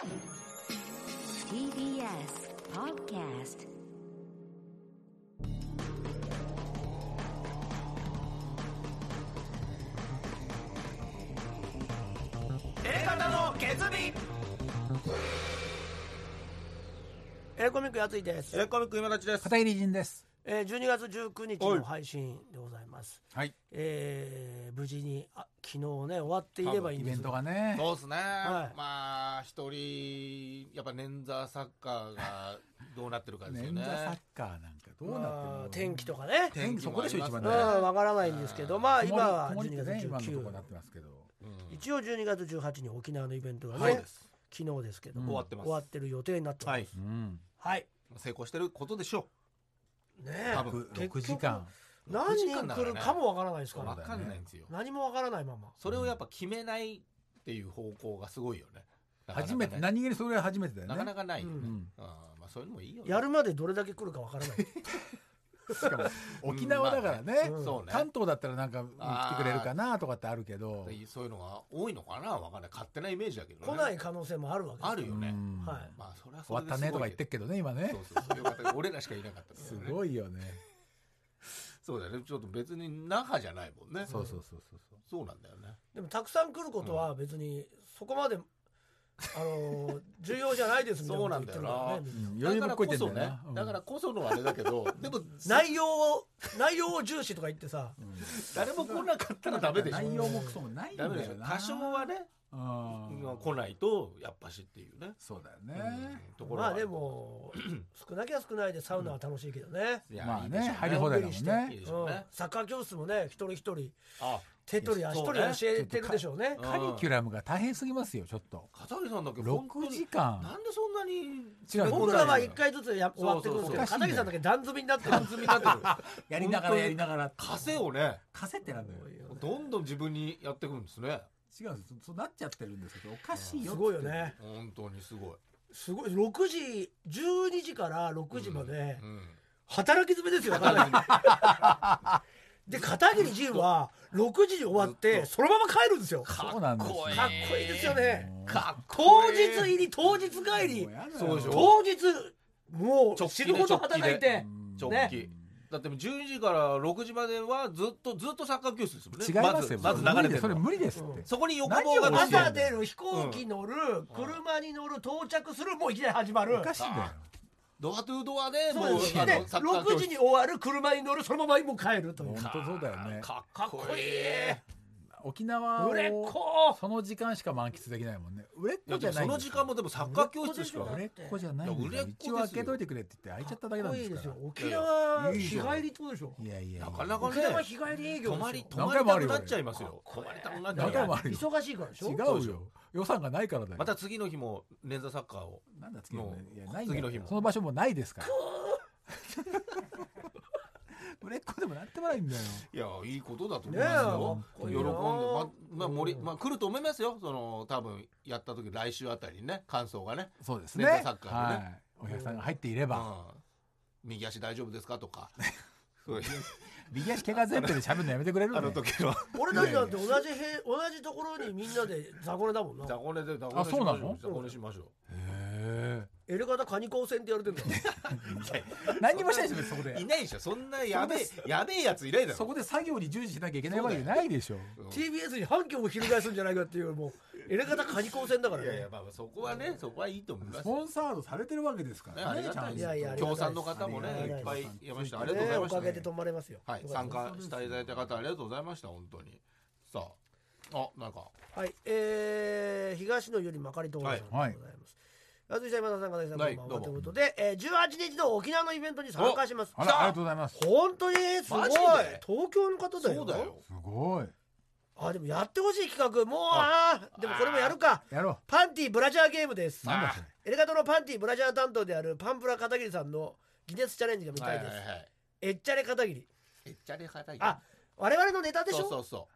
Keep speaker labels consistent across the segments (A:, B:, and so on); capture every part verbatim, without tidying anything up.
A: ティービーエス Podcast。
B: エレガタの決意。エレコミックやついです。
C: エレコミック今立ちです。
D: 片桐仁です。
B: えー、じゅうにがつじゅうくにちの配信でございます。
D: はい。
B: えー、無事にあ昨日ね終わっていればいいんです
D: イベントがね。
C: そうですね。
B: はい、
C: まあ一人やっぱ捻挫サッカーがどうなってるかですよね。
D: 捻挫サッカーなんかどうなってるの、
B: まあ、天気とかね。
D: 天気そこでしょ一番ね。
B: わからないんですけど、まあ今はじゅうにがつじゅうくにち、
D: 今のとこなってますけど、
B: うん、一応じゅうにがつじゅうはちにちに沖縄のイベントがね、
C: はい、
B: 昨日ですけど、
C: うん、終わってます。
B: 終わってる予定になってます。はい。
D: うん、
B: はい、
C: 成功してることでしょ
B: う。ねえ。
D: 多分ろくじかん。
B: 何人来るかもわからないですから。
C: 分かんないんですよ。
B: 何もわからないまま。
C: それをやっぱ決めないっていう方向がすごいよね。なかなかね
D: 初めて、何気にそれは初めてだよね。
C: なかなかないよね。
D: うん、
C: あまあそういうのもいいよね。
B: やるまでどれだけ来るかわからない。
D: しかも沖縄だからね、
C: うんまあね、
D: 関東だったらなんか来てくれるかなとかってあるけど、
C: そういうのが多いのかな、わかんない、勝手なイメージだけど、ね、
B: 来ない可能性もあるわけですよ。
C: あるよね、
B: はい、
C: まあ、それはそれで
D: 終わったねとか言ってるけどね今ね。
C: そうそうそう、よかった俺らしかいなかった、ね、
D: すごいよね。
C: そうだよね、ちょっと別に那覇じゃないもんね。
D: そうそうそうそう
C: そうなんだよね。
B: でもたくさん来ることは別にそこまで、あの重要じゃないですみたいなこと言ってるからね。
C: だからこそね、だからこそのあれだけど、でも
B: 内容を内容を重視とか言ってさ、
C: うん、誰も来なかったらダメでしょ。
D: 内容もクソもないんだよな。
C: 多少はね、うん、来ないとやっぱしっていうね。
D: そうだよね、
B: うん、ところまあでも少なきゃ少ないでサウナは楽しいけどね、
D: うん、まあね入り放題だもんね。
C: いいでしょうね、
B: うん、サッカー教室もね一人一人
C: あ
B: 手取り足取り教えてるでしょうね。
D: カリキュラムが大変すぎますよちょっと。
C: 片桐さんだけ
D: ろくじかん
C: なんでそんなに
B: 違う。僕らはいっかいずつや終わってくるんですけど、片桐さんだけ段積みになってる。
C: 段積みになってる
D: やりながらやりながら
C: 枷をね、
D: 枷ってなんだよ。
C: どんどん自分にやってくるんですね。
D: 違うんです、そうなっちゃってるんですけど、おかしいよ。
B: すごいよね。
C: 本当にすごい。
B: すごい。ろくじじゅうにじからろくじまで働き詰めですよ。で片桐仁はろくじに終わってそのまま帰るんですよ。
D: そうなんですよ。
B: かっこいいですよね。
C: かっ
B: 当
C: こいい。
B: 日入り当日帰り。
C: そうでしょ。
B: 当日もう死ぬほど働いて
C: 直帰。だってじゅうにじからろくじまではずっとずっとサッカー教室ですもんね。
D: 違いますよ。
C: まず流れてる。
D: それ無理ですって。
C: そこに横棒が
B: 朝出る飛行機乗る車に乗る到着するもういきなり始まる。
D: おかしいんだよ。
C: ドアトゥードアでもう
B: でろくじに終わる車に乗るそのままもう帰るという。
D: 本当そうだよね。
C: かっこいい。
D: 沖縄
B: 売れっ子
D: その時間しか満喫できないもんね。売れっ子じゃない。
C: その時間もでもサッカー教室しか
D: 売れっ子じゃない。一応開けといてくれって言って開いちゃっただけなんですから。
B: 沖縄日帰りってことでしょ。
D: いやいや
C: なかなかね。
B: 沖縄日帰り営業
C: 泊まり泊まりたくなっちゃいますよ。泊まりたくなっちゃう。
B: 忙しいからでしょ。
D: 違うよ。予算がないからだよ。
C: また次の日も捻挫サッカーを。
D: なんだ次の
C: いやない次の日も
D: その場所もないですから。売れっ子でもなってもないんだよ。
C: いやいいことだと思いますよ。喜んでままあ盛りまあ来ると思いますよ。その多分やった時来週あたりにね感想がね。
D: そうですね。
C: 捻挫サッカーでね。
D: お客さんが入っていれば。
C: 右足大丈夫ですかとか。
D: 右足怪我全部で喋るのやめてくれる？
C: あの時の
B: 俺たちだって同じ同じところにみんなで雑魚寝だもんな。
C: 雑魚寝で雑
D: 魚寝しましょう。あ、そうなの？
C: 雑魚寝しましょう。
D: へえ。
B: エレガタカニ高専って言われてるんだよ。
D: 何にもしないでしょそこで。
C: いないでしょ。そんなやべえやべえやついないだろ。
D: そこで作業に従事しなきゃいけないわけないでしょ。
B: ティービーエス に反響を翻すんじゃないかっていうもうエレガタカニ高専だからね。
C: いやいやまあそこはねそこはいいと思います。
D: スポンサードされてるわけですからね。
C: いやいや協賛の方もねいっぱいいました。ありがとうございました。
B: おかげで泊まれますよ。
C: はい、参加していただいた方ありがとうございました本当に。さああなんか
B: はいえー、東野よりまかりとうさんでございます。あずいさん今田さん片桐さんこんばんはということで、えー、じゅうはちにちの沖縄のイベントに参加します。
D: あらありがとうございます。
B: 本当にすごい。東京の方だよ。
C: そうだよ。
D: すごい。
B: あでもやってほしい企画もうああでもこれもやるか。
D: やろう。
B: パンティブラジャーゲームです。
D: なんだそれ。
B: エレガタのパンティブラジャー担当であるパンプラ片桐さんのギネスチャレンジが見たいです。えっちゃれ片桐。
C: えっちゃれ片桐。
B: あ我々のネタでしょ。
C: そうそうそう。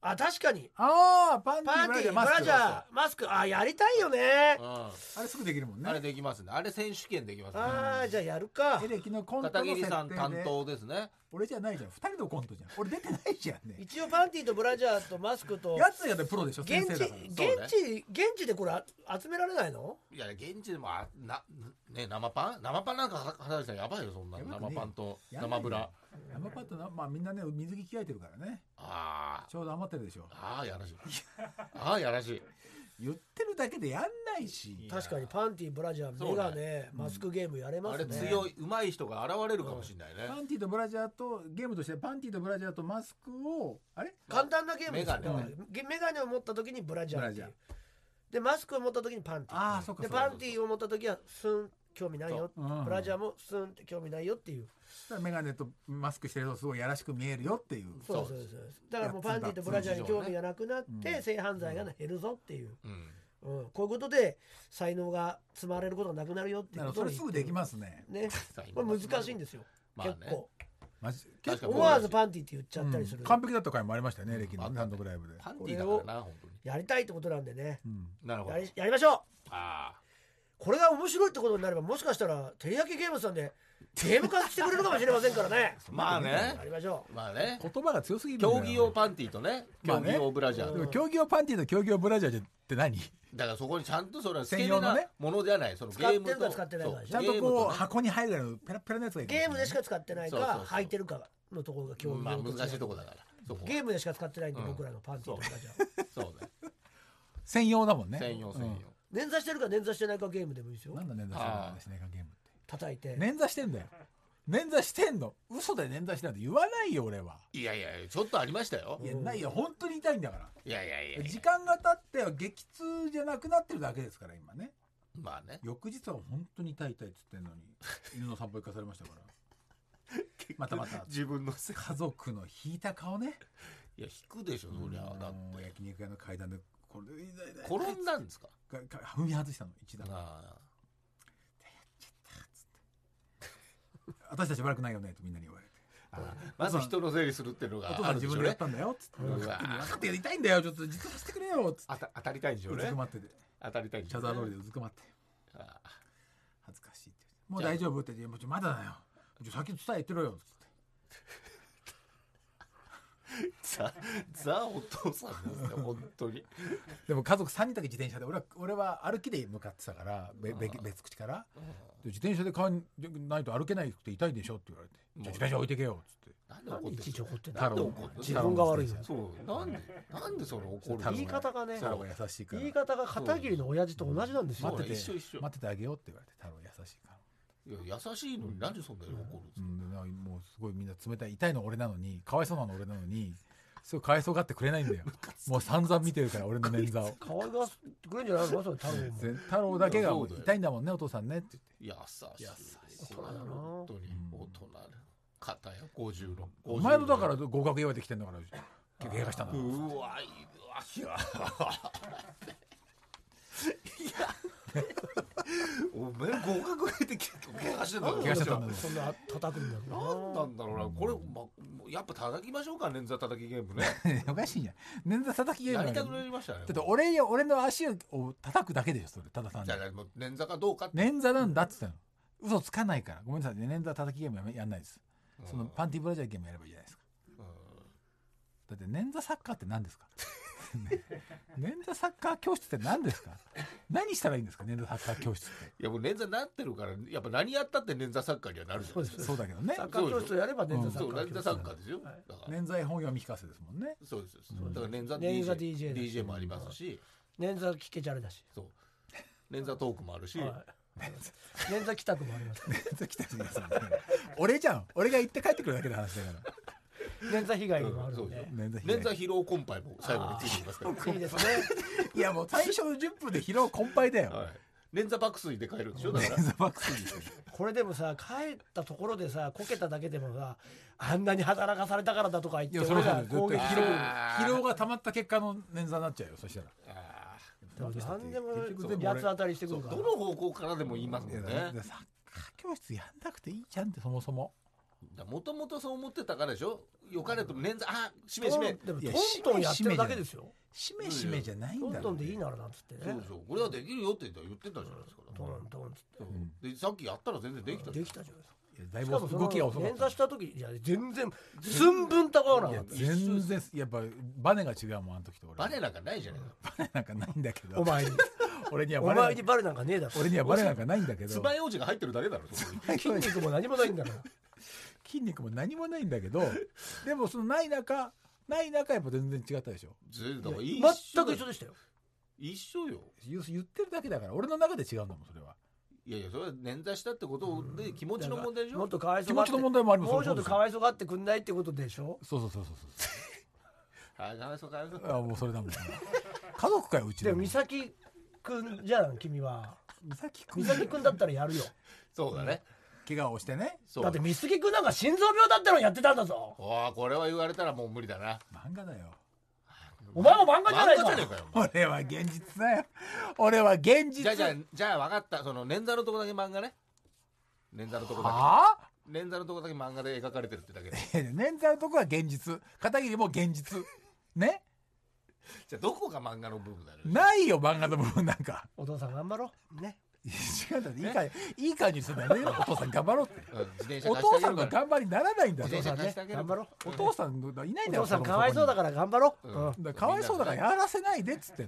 B: あ、確かに
D: ああパンテ
B: パ
D: ィーブラジャー
B: ンティーブラジャーマスク、あ、やりたいよね。
C: あ
D: あれすぐできるもんね。
C: あれできますね。あれ選手権できますね。
B: ああ、じゃあやるか。
D: エレキのコントの
C: 片
D: 設定で
C: 桐さん担当ですね。
D: 俺じゃないじゃん、ふたりのコントじゃん。俺出てないじゃんね。
B: 一応パンティーとブラジャーとマスクと
D: やつやでプロでしょ、先
B: 現地
D: 生だから。
B: 現地現地でこれ集められないの？
C: いや現地でもあなね生パン生パンなんか畑さんやばいよそんなの。生パンと生ブラ。
D: 生パンとな、まあみんなね水着着替えてるからね。
C: ああ
D: ちょうど余ってるでしょ。
C: ああやらしい。ああやらしい。
D: 言ってるだけでやんないし。
B: 確かにパンティーブラジャーメガネマスクゲームやれますね。
C: あれ強い上手い人が現れるかもしれないね。
D: パンティーとブラジャーとゲームとしてパンティーとブラジャーとマスクをあれ
B: 簡単なゲームですよ。
C: メガネ
B: ゲメガネを持った時にブラジャーっていう
D: ブラジ
B: でマスクを持った時にパンティー。
D: ああそうか
B: で
D: そうか。
B: パンティーを持った時はスン興味ないよ、
D: うん
B: ブラジャーもスンって興味ないよっていう。
D: そしたらメガネとマスクしてるとすごいやらしく見えるよっていう。
B: そうそうそうそう。だからもうパンティーとブラジャーに興味がなくなって性犯罪が減るぞっていう。
C: うん
B: うん、こういうことで才能が積まれることがなくなるよっていうこと
D: それすぐできますね。
B: ね。これ難しいんですよ。
C: まあね
B: 結構。
D: マジ
C: 確かに
B: 思わずパンティーって言っちゃったりする。
D: 完璧だった回もありましたよね、歴の単独ライブで。
C: パンティーだからな本当に。
B: やりたいってことなんでね。
C: なるほど
B: や。りやりましょう。
C: ああ
B: これが面白いってことになればもしかしたら照り焼きゲームさんでゲーム化してくれるかもしれませんからね。
C: まあね
B: やりましょう。
C: まあね。
D: 言葉が強すぎるんだよ。
C: 競技用パンティーとね競技用ブラジャー。
D: でも競技用パンティーと競技用ブラジャーって何？
C: だからそこにちゃんとそれは
D: 専用のね
C: ものじゃない。そのゲームと
B: 使ってるか使ってないかでしょ。
D: ちゃんとこう箱に入るぐらいのペラペラのやつがいい。
B: ゲームでしか使ってない
C: そうそうそう
B: か履いてるかのところが競技用
C: まあ
B: と違う
C: 難しいとこだから。そこ
B: ゲームでしか使ってないんで、僕らのパンティーとブラジャー
C: そうね。
D: 専用だもんね。
C: 専用専用。
B: 捻挫してるか捻挫してないかゲームでもいいですよ。
D: なんだ捻挫してるかですねゲームって。
B: 叩いて
D: 捻挫してんだよ。捻挫してんの。嘘で捻挫してなんて言わないよ俺は。
C: いやいやちょっとありましたよ。
D: いやないよ本当に痛いんだから。
C: いやいやいやいや。
D: 時間が経っては激痛じゃなくなってるだけですから今ね。
C: まあね。
D: 翌日は本当に痛い痛いっつってんのに犬の散歩行かされましたからまたまた
C: 自分のせい。
D: 家族の引いた顔ね。
C: いや引くでしょそりゃ。だって
D: 焼肉屋の階段でこれ痛い痛い痛い
C: 転んだんですか。
D: かか踏み外したの一段。
C: ああ。
D: 私たち悪くないよねとみんなに言われて。
C: まず人のせいにするっていうのが
D: お父さん自分でやったんだよっつって。分かって痛いんだよちょっと実はしてくれよっつって。
C: あた当たりたいんでしょう
D: う
C: ね。
D: ずくまってて。
C: 当たりたいんでし
D: シ
C: ょうね。
D: ャザー通りでうずくまって
C: ああ
D: 恥ずかしいって言ってもう大丈夫って言ってもうまだだよ先伝え言ってろよっつって。
C: ザザお父さんですね本当に。
D: でも家族さんにんだけ自転車で俺は俺は歩きで向かってたからべべ別口からで自転車で買わないと歩けないくて痛いでしょって言われてじゃあ自転車置いてけよっつって
C: なんで怒って
B: いちいち怒ってんだ
D: 太郎
B: 自分が悪いの。
C: そうなんでなんでそれ怒るの。
B: 言い方がね
D: 太郎が優しいから
B: 言い方が片桐の親父と同じなんですよ。
D: 待ってて
C: 一緒一緒
D: 待っててあげようって言われて太郎優しいから
C: いや優しいのになんでそんなに怒るんですか。
D: うんでなもうすごいみんな冷たい痛いの俺なのにかわいそうなの俺なのにすごいかわいそうがってくれないんだよもう散々見てるから俺の捻挫を
B: 可愛がってくれんじゃないのそれ太郎も。
D: ぜ太郎だけが痛いんだもんねお父さんねって
C: 優しい
D: 優しい
C: これは本当に大人の方やごじゅうろく
D: お前のだから合格言われてきてんだから怪我したんだ
C: うわいうわいやお前合格得て怪我してんだろ。
D: 怪我しちゃったんだ
B: そんな叩くんだろ
C: なんなんだろうなこれ、ま、やっぱ叩きましょうか捻挫叩きゲームね。
D: おかしいじゃん捻挫叩きゲーム
C: やりたくなりましたね。
D: だって俺や俺の足を叩くだけでしょそれただ単に
C: じゃあもう捻挫かどうかって
D: 捻挫なんだって言ったの嘘つかないからごめんなさい捻挫叩きゲームやめやんないです、
C: うん
D: そのパンティブラジャーゲームやればいいじゃないですか、だって捻挫サッカーって何ですか捻挫サッカー教室って何ですか何したらいいんですか捻挫サッカー教室って
C: いやもう捻挫になってるからやっぱ何やったって捻挫サッカーにはなるじゃないですか。
D: そうだけどね
B: サッカー教室をやれば捻挫サ
C: そう
B: ッカー
C: 捻挫サッカーですよ。だから
D: 捻挫絵本読み聞かせですもんね。
C: そうですそうですだから捻挫
B: 捻挫
C: ディージェー
B: ディージェー
C: ディージェー もありますし
B: 捻挫聞けちゃれだし、
C: そう捻挫トークもあるし、
B: はい、捻挫帰宅もあります。
D: 捻挫来たんですよね俺じゃん俺が行って帰ってくるだけの話だから
B: 捻挫被害もあるんで、
C: うん、捻挫疲労困憊も最後についてきますから
B: いいですね。
D: いやもう最初のじゅっぷんで疲労困憊だよ、
C: はい、捻挫爆睡で帰るんでしょだから
D: 捻挫爆睡ですよ
B: これでもさ帰ったところでさこけただけでもさあんなに働かされたからだとか言って
D: いやそれ
B: 俺ら
D: そう
B: 攻撃
D: 疲労疲労が溜まった結果の捻挫になっちゃうよそしたら
C: あ
B: 何でも
D: 結局全部俺
B: 八つ当たりしてくるから。
C: どの方向からでも言いますもんね。
D: いやサッカー教室やんなくていいじゃんってそもそも
C: もともとそう思ってたからでしょ。よかれと捻挫、あしめしめ
B: でもトントンやってるだけですよ。
D: しめしめじゃないんだろ
B: トントンでいいならなんつってね。
C: そうそう、これはできるよって言ってたじゃないですか。
B: トントンつって、
C: でさっきやったら全然できた
B: できたじゃないですか。
D: だいぶ動きが遅かった。
B: 捻挫した時いや全然寸分たがわなかった。
D: 全然やっぱバネが違うもんあの時と俺。
C: バネなんかないじゃない
D: か。バネなんかないんだけど。
B: お前に
D: 俺には
B: お前にバネなんかねえだろ。
D: 俺にはバネなんかないんだけど。
C: つまようじが入ってるだけだろ。
B: 筋肉も何もないんだから。
D: 筋肉も何もないんだけど、でもそのない中ない中やっぱ全然違ったでしょ。
B: 全く一緒でしたよ。
C: 一緒よ。
D: 言ってるだけだから俺の中で違うんだもんそれは。
C: いやいやそれは捻挫したってことで気持ちの問題でしょ。
B: もっとかわいそう
D: 気持ちの問題もあります。
B: もうちょっとかわいそうがあってくんないってことでしょ。
D: そうそうそうそうそう
C: あかわいそうかわいそう。
D: あもうそれだもん。家族かようち
B: でも美咲くんじゃん君は。美咲くん美咲くんだったらやるよ。
C: そうだね。
D: 怪我をしてね。
B: だって美咲くんなんか心臓病だったのやってたんだぞ。
C: ああこれは言われたらもう無理だな。
D: 漫画だよ。
B: お前も漫画じゃないか。
D: 俺は現実だよ。俺は現実。
C: じゃあじゃあじゃあ分かった。その捻挫のとこだけ漫画ね。捻挫のとこだけ。
D: はあ？
C: 捻挫のとこだけ漫画で描かれてるってだけで。
D: 捻挫のとこは現実。片桐も現実。ね。
C: じゃあどこが漫画の部分だよ。
D: ないよ漫画の部分なんか。
B: お父さん頑張ろうね。
D: 違うんだね。いいかいい感じするんだよね。お父さん頑張ろうって。
C: 自転車
D: お父さんが頑張りにならないんだよ。
B: お父さんね頑張ろう。
D: お父さんいないんだよ。
B: お父さんかわいそうだから頑張ろ
D: う。かわいそうだからやらせないでっつってんの。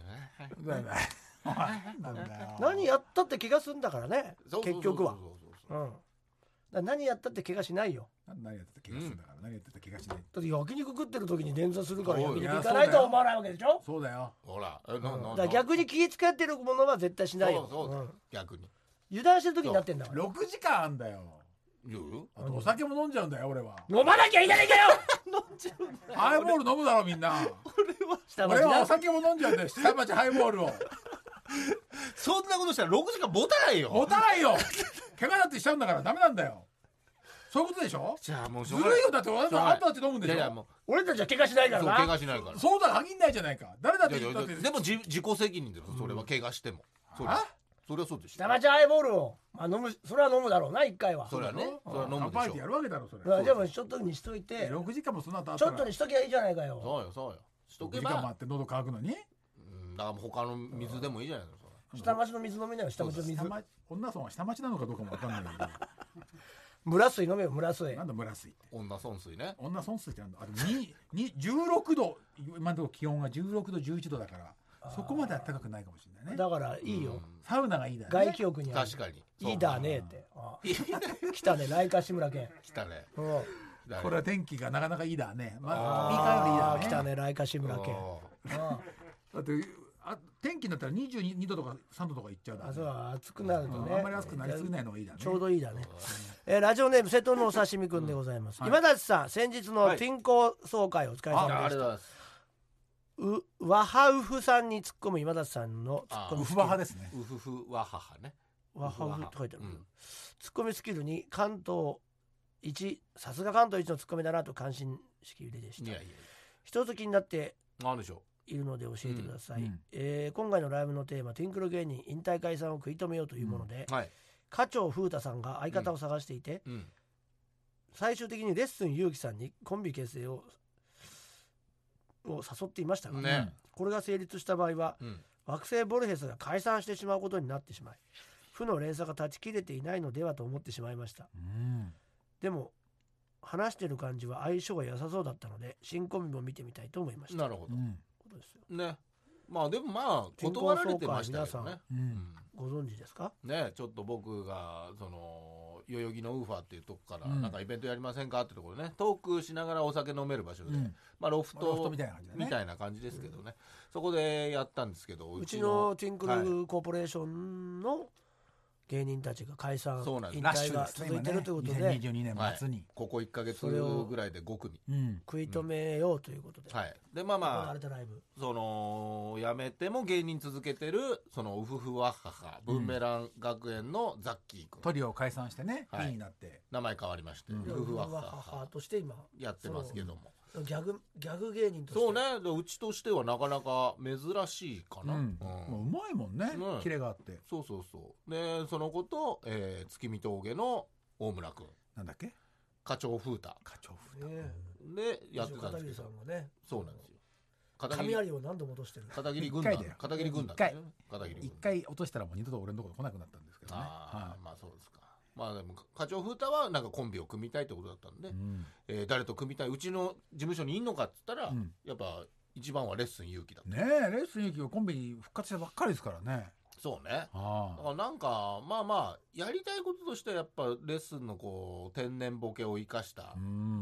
B: 何やったって怪我すんだからね。結局は。何やったって怪我しないよ。
D: 何やってた怪我するんだから何やってた怪我しない。
B: だって焼肉食ってる時に捻挫するから焼肉行かないと思わないわけでしょ。
D: そうだよ。
C: ほら、
B: だ逆に気使ってるものは絶対しないよ。
C: 逆に
B: 油断してる時になってんだから。
D: ろくじかんあんだよ。あとお酒も飲んじゃうんだよ俺は。
B: 飲まなきゃいけないかよ。飲んじゃうんだよ。
D: ハイボール飲むだろみんな。俺はお酒も飲んじゃうんだよ。下町ハイボールを。
C: そんなことしたらろくじかん持たないよ。
D: 持たないよ。怪我だってしちゃうんだからダメなんだよ。そういうことでしょ。
C: じゃあもう
D: ずるいよ。だってあんたたち飲むんでしょ。
B: 俺たちは怪我しないからな。
C: 怪我しないから。
D: そうだ限んないじゃないか。誰だって言ったって。
C: でも自己責任だよ。それは怪我しても。それはそうでしょ。
B: 下町ハイボールを飲む、それは飲むだろうな一回は。
C: それはね。それは飲むでしょ。
D: やるわけだろそれ。
B: じゃあちょっとにしといて。
D: ろくじかんもその後
B: ちょっとにしときゃいいじゃないかよ。
C: そうよそうよ。しとけば。
D: ろくじかんもあって喉乾くのに。
C: だから他の水でもいいじゃないの。
B: 下町の水飲みなよ。下町の水。
D: 女村は下町なのかどうかもわかんないけど。
B: 村水飲めよ村水。
D: なんだ村水って。
C: 女村水ね。
D: 女村水ってなんだ。あれににじゅうろくど今のところ気温がじゅうろくどじゅういちどだから。そこまで暖かくないかもしれないね。
B: だからいいよ。
D: サウナがいいだね。
B: 外気浴に
C: 確かに。
B: いいだねって。来たね来華志村けん。
C: 来たね。
D: これは天気がなかなかいいだね。
B: まあいい感じいいだね。来たね来華志村けん。
D: だってあ天気になったらにじゅうにどとかさんどとかいっちゃうだ。
B: あそう暑くなるとね。
D: あんまり暑くなりすぎないのがいいだね。
B: ちょうどいいだね。えラジオネーム瀬戸のお刺身くんでございます。今立さん先日のティンコ総会お疲れ様でした。うワハウフさんに突っ込む今立さんの突っ込み
D: ウフワハですね。
C: ウフフワハハね。
B: ワハウフって書いてある。突っ込みスキルに関東一さすが関東一の突っ込みだなと感心しきりでした。一つ気になっているので教えてください。え今回のライブのテーマティンクル芸人引退解散を食い止めようというもので、課長風太さんが相方を探していて、最終的にレッスンゆうきさんにコンビ結成をを誘っていましたが、ね、これが成立した場合は、うん、惑星ボルヘスが解散してしまうことになってしまい負の連鎖が断ち切れていないのではと思ってしまいました、うん、でも話してる感じは相性が良さそうだったので新コンビも見てみたいと思いました。
C: なるほど、うん、ことですよね。まあでもまあ断られてましたけどね、
B: うん、ご存知ですか
C: ね。ちょっと僕がその代々木のウーファーっていうとこからなんかイベントやりませんかってところでね、トークしながらお酒飲める場所で、うん、まあロフトみたいな感じでね、みたいな感じですけどね、うん、そこでやったんですけど、
B: うちのティンクルコーポレーションの芸人たちが解散引退が続いてるということで、
D: にせんにじゅうにねん末に、はい、
C: ここいっかげつぐらいでごくみ、
B: うん、食い止めようということで、
C: うん、はい、でまあまあそのやめても芸人続けてるそのウフフワッハハブーメラン学園のザッキー君、
D: トリオを解散してね、
C: はい、
D: になって
C: 名前変わりまして、うん、ウフフワッハハ
B: として今
C: やってますけども、
B: ギャグギャグ芸人として
C: そうね、うちとしてはなかなか珍しいかな、うん
D: うん、うまいもんね、ね、キレがあって、
C: そうそうそう。でその子と、えー、月見峠の大村君、
D: なんだっけ、
C: 課長風太
D: 課長風太、
B: ね、
C: でやってたんですけど、
B: 片桐さんがね、
C: そうなんですよ。
B: 雷を何度も落としてる。
C: 片桐軍団、片桐軍団ですよね。片桐軍団。
D: 一回落としたらもう二度と俺のところ来なくなったんですけどね。
C: あ、はい、まあそうですか。まあでも課長風太はなんかコンビを組みたいってことだったんで、うん、えー、誰と組みたい、うちの事務所にいんのかっつったら、うん、やっぱ一番はレッスン勇気だった。
D: ねえ、レッスン勇気はコンビに復活したばっかりですからね。
C: そうね。あだからなんかまあまあやりたいこととしてはやっぱレッスンのこう天然ボケを生かした、うん、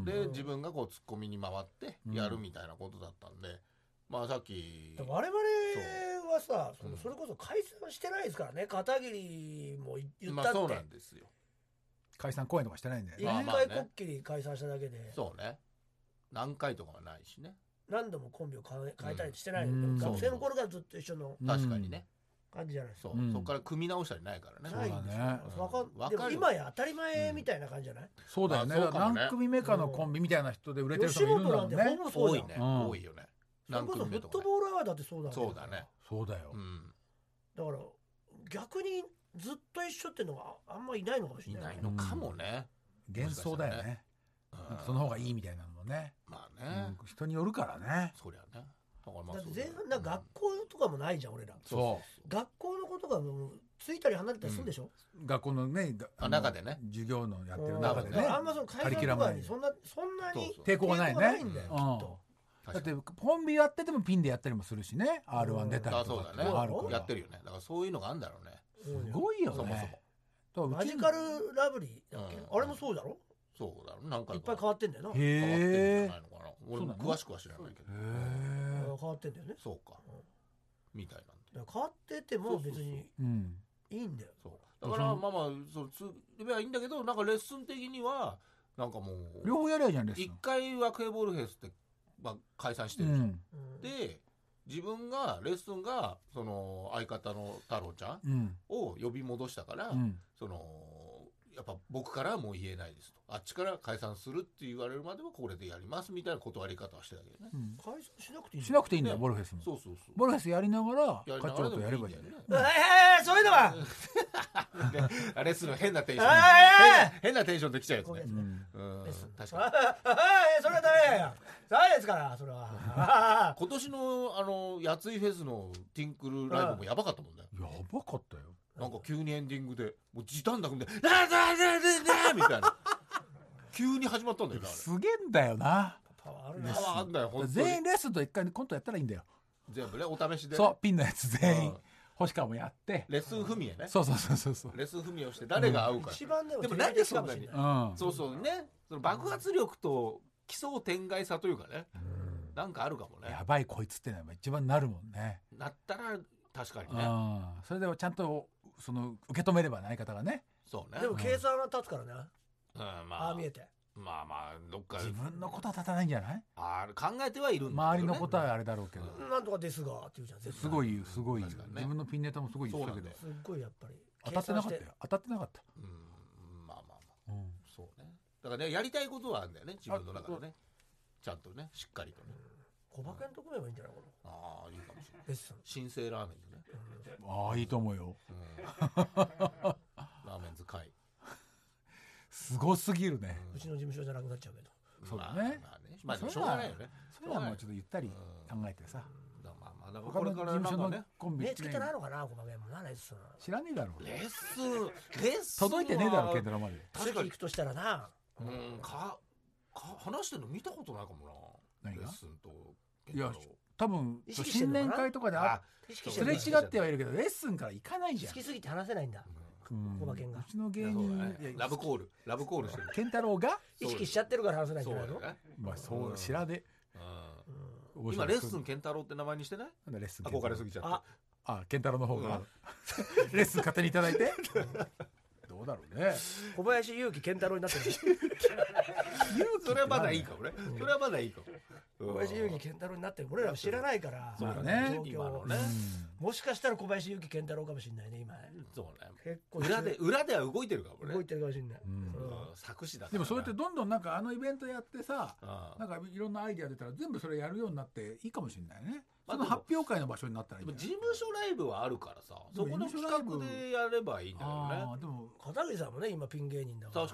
C: で自分がこうツッコミに回ってやるみたいなことだったんで、うん、まあさっき
B: 我々はさ そ, それこそ解散してないですからね。片桐も言ったって、まあ、
C: そうなんですよ。
D: 解散公演とかしてないんで、
B: 一回こっきり解散しただけで、
C: そうね、何回とかはないしね、
B: 何度もコンビを変え、変えたりしてない、うん、学生の頃からずっと一緒の
C: 確かにね
B: 感じじゃないですか。
C: そう、うん、そこから組み直したりないからね。
B: ないんですよ、ね、うん、でも今や当たり前みたいな感じじゃない、うん、
D: そうだよね。何組目かのコンビみたいな人で売れてる人もいるんだもんね。
B: 吉本なんてほぼそうじゃん。
C: 多いね、うん、多いよね。
B: それこそフットボールアワーだってそうだね。
C: そうだね、
D: そうだよ、
C: うん、
B: だから逆にずっと一緒っていうのがあんまいないのかもしれない。
C: いないのかもね、
D: 幻想だよね、うん、その方がいいみたいなのもね、
C: まあね、
D: うん、人によるからね。
C: そりゃね。だからまあ
B: だって前半なんか学校とかもないじゃん、俺ら。
D: そう
B: 学校のことがもうついたり離れたりするんでしょ、
D: うん、学校のね
C: あ中でね
D: 授業のやってる中でね、
B: あんまその解散とかにそんなそんなに
D: 抵抗がないね。
B: ないんだよ、きっと。
D: だってコンビやっててもピンでやったりもするしね、 アールワン 出たりとか、
C: そうだね、あるからやってるよね。だからそういうのがあるんだろうね。
D: すごいよね。そも
B: そもマジカルラブリーだっけ、うん、あれもそうだろ。
C: そうだろ、なんかい
B: っぱい変わってんだよな。
C: へ変わってんじゃないのかな。俺も詳しくは知らないけど。へ
B: 変わってんだよね。
C: そうか、うん、みたいなん
B: で変わってても別にいいんだよ。
C: そうだからまあまあそうつればいいんだけど、なんかレッスン的にはなんかもう
D: 両方やればいいじゃん。レッスン
C: 一回はクエボールフェスって、まあ、解散してるじゃん、うん、で自分がレッスンがその相方の太郎ちゃんを呼び戻したから、うん、そのやっぱ僕からはもう言えないですと、あっちから解散するって言われるまではこれでやりますみたいな断り方はしてたけどね、うん、
B: 解散しなくていいんだよ。
D: しなくていいんだよ、ボルフェスも。
C: そうそうそう、
D: ボルフェスやりながら課長とやればいいんだよね。
B: えー、そういうのは
C: レッスンの変なテンション、変なテンションできちゃうやつね。確かに
B: それはダメやダメですからそれは。
C: 今年のあのやついフェスのティンクルライブもやばかったもんね。
D: やばかったよ。
C: なんか急にエンディングでもう時短だくんで「なあなあなあなあ」みたいな急に始まったんだよ。
D: すげえんだよな。
B: パワーあ
C: るね。パワーあんだよ本当に。
D: 全員レッスンと一回コントやったらいいんだよ。
C: 全部ね、お試しで。
D: そう、ピンのやつ全員星川もやって
C: レッスン踏みやね。
D: そうそうそうそう、
C: レッスン踏みをして誰が合うか。
B: 一番でも
C: なんでそんなに、そうそうね、その爆発力と奇想天外さというかね、なんかあるかもね。
D: やばいこいつってのは一番なるもんね。
C: なったら確かにね。
D: それでちゃんとその受け止めればない方がね。
C: そうね。
B: でも計算は立つからね。
C: うん、まあ。
B: ああ見えて。
C: まあまあどっか
D: 自分のことは立たないんじゃない？
C: あ考えてはいるんだ
D: けどね。周りのことはあれだろうけど。
B: なんとかですがって言うじゃん。
D: すごいすごい。自分のピンネタもすごい言ったけど。
B: すごいやっぱり
D: 当たってなかったよ。当たってなかった。
C: うん、まあまあまあ。そうね。だからね、やりたいことはあるんだよね、自分の中でね。ちゃんとね、しっかりとね。
B: 小馬券と組めばいいんじゃないかな。
C: ああ、いいかもしれない。新生ラーメンズね。
D: ああ、いいと思うよ。
C: ラーメンズ会。
D: すごすぎるね。
B: うちの事務所じゃなくなっちゃうけど。
D: そうだね。
C: まあでもしょうがないよね。
D: それはもうちょっとゆったり考えてさ。
C: まあまあだからこれからなんかね。
B: 目つけてないのかな、小馬券もなレッスン。
D: 知らねえだろう。
C: レッスンレッスン
D: 届いてねえだろケンタロウまで。
B: 確かに行くとしたらな。
C: うんかか話してるの見たことないかもな。
D: 何が？
C: レッスンと。
D: いや多分新年会とかであすれ違ってはいるけどレッスンから行かないじゃん。
B: 好きすぎて話せないんだ。小馬券が。
D: うちの芸人
C: ラブコールラブコールしてる。
D: ケンタロウが
B: 意識しちゃってるから話せないんじゃないの？
D: まあそう知らね。
C: 今レッスンケンタロウって名前にしてない？
D: なんだレッスン
C: 憧れすぎちゃって。あ
D: あケンタロウの方がレッスン勝手にいただいて。どうだろうね。
B: 小林勇気健太郎になってる。
C: それはまだいいかもね。それはまだいいかも。
B: 小林勇気健太郎になってる。俺らは知らないから。
D: そうだね。
C: 今のね。
B: もしかしたら小林勇気健太郎かもしれないね今ね。
C: そうね。
B: 結構
C: 裏で裏では動いてるかもね。
B: 動いてるかもしれない。
C: 作詞だ。
D: でもそうやってどんどんなんかあのイベントやってさ、なんかいろんなアイディア出たら全部それやるようになっていいかもしれないね。その発表会の場所になったらいい。
C: 事務所ライブはあるからさ、そこの企画でやればいいんだよね。
D: でも
B: 片桐さんもね今ピン芸人だから。
C: 確かに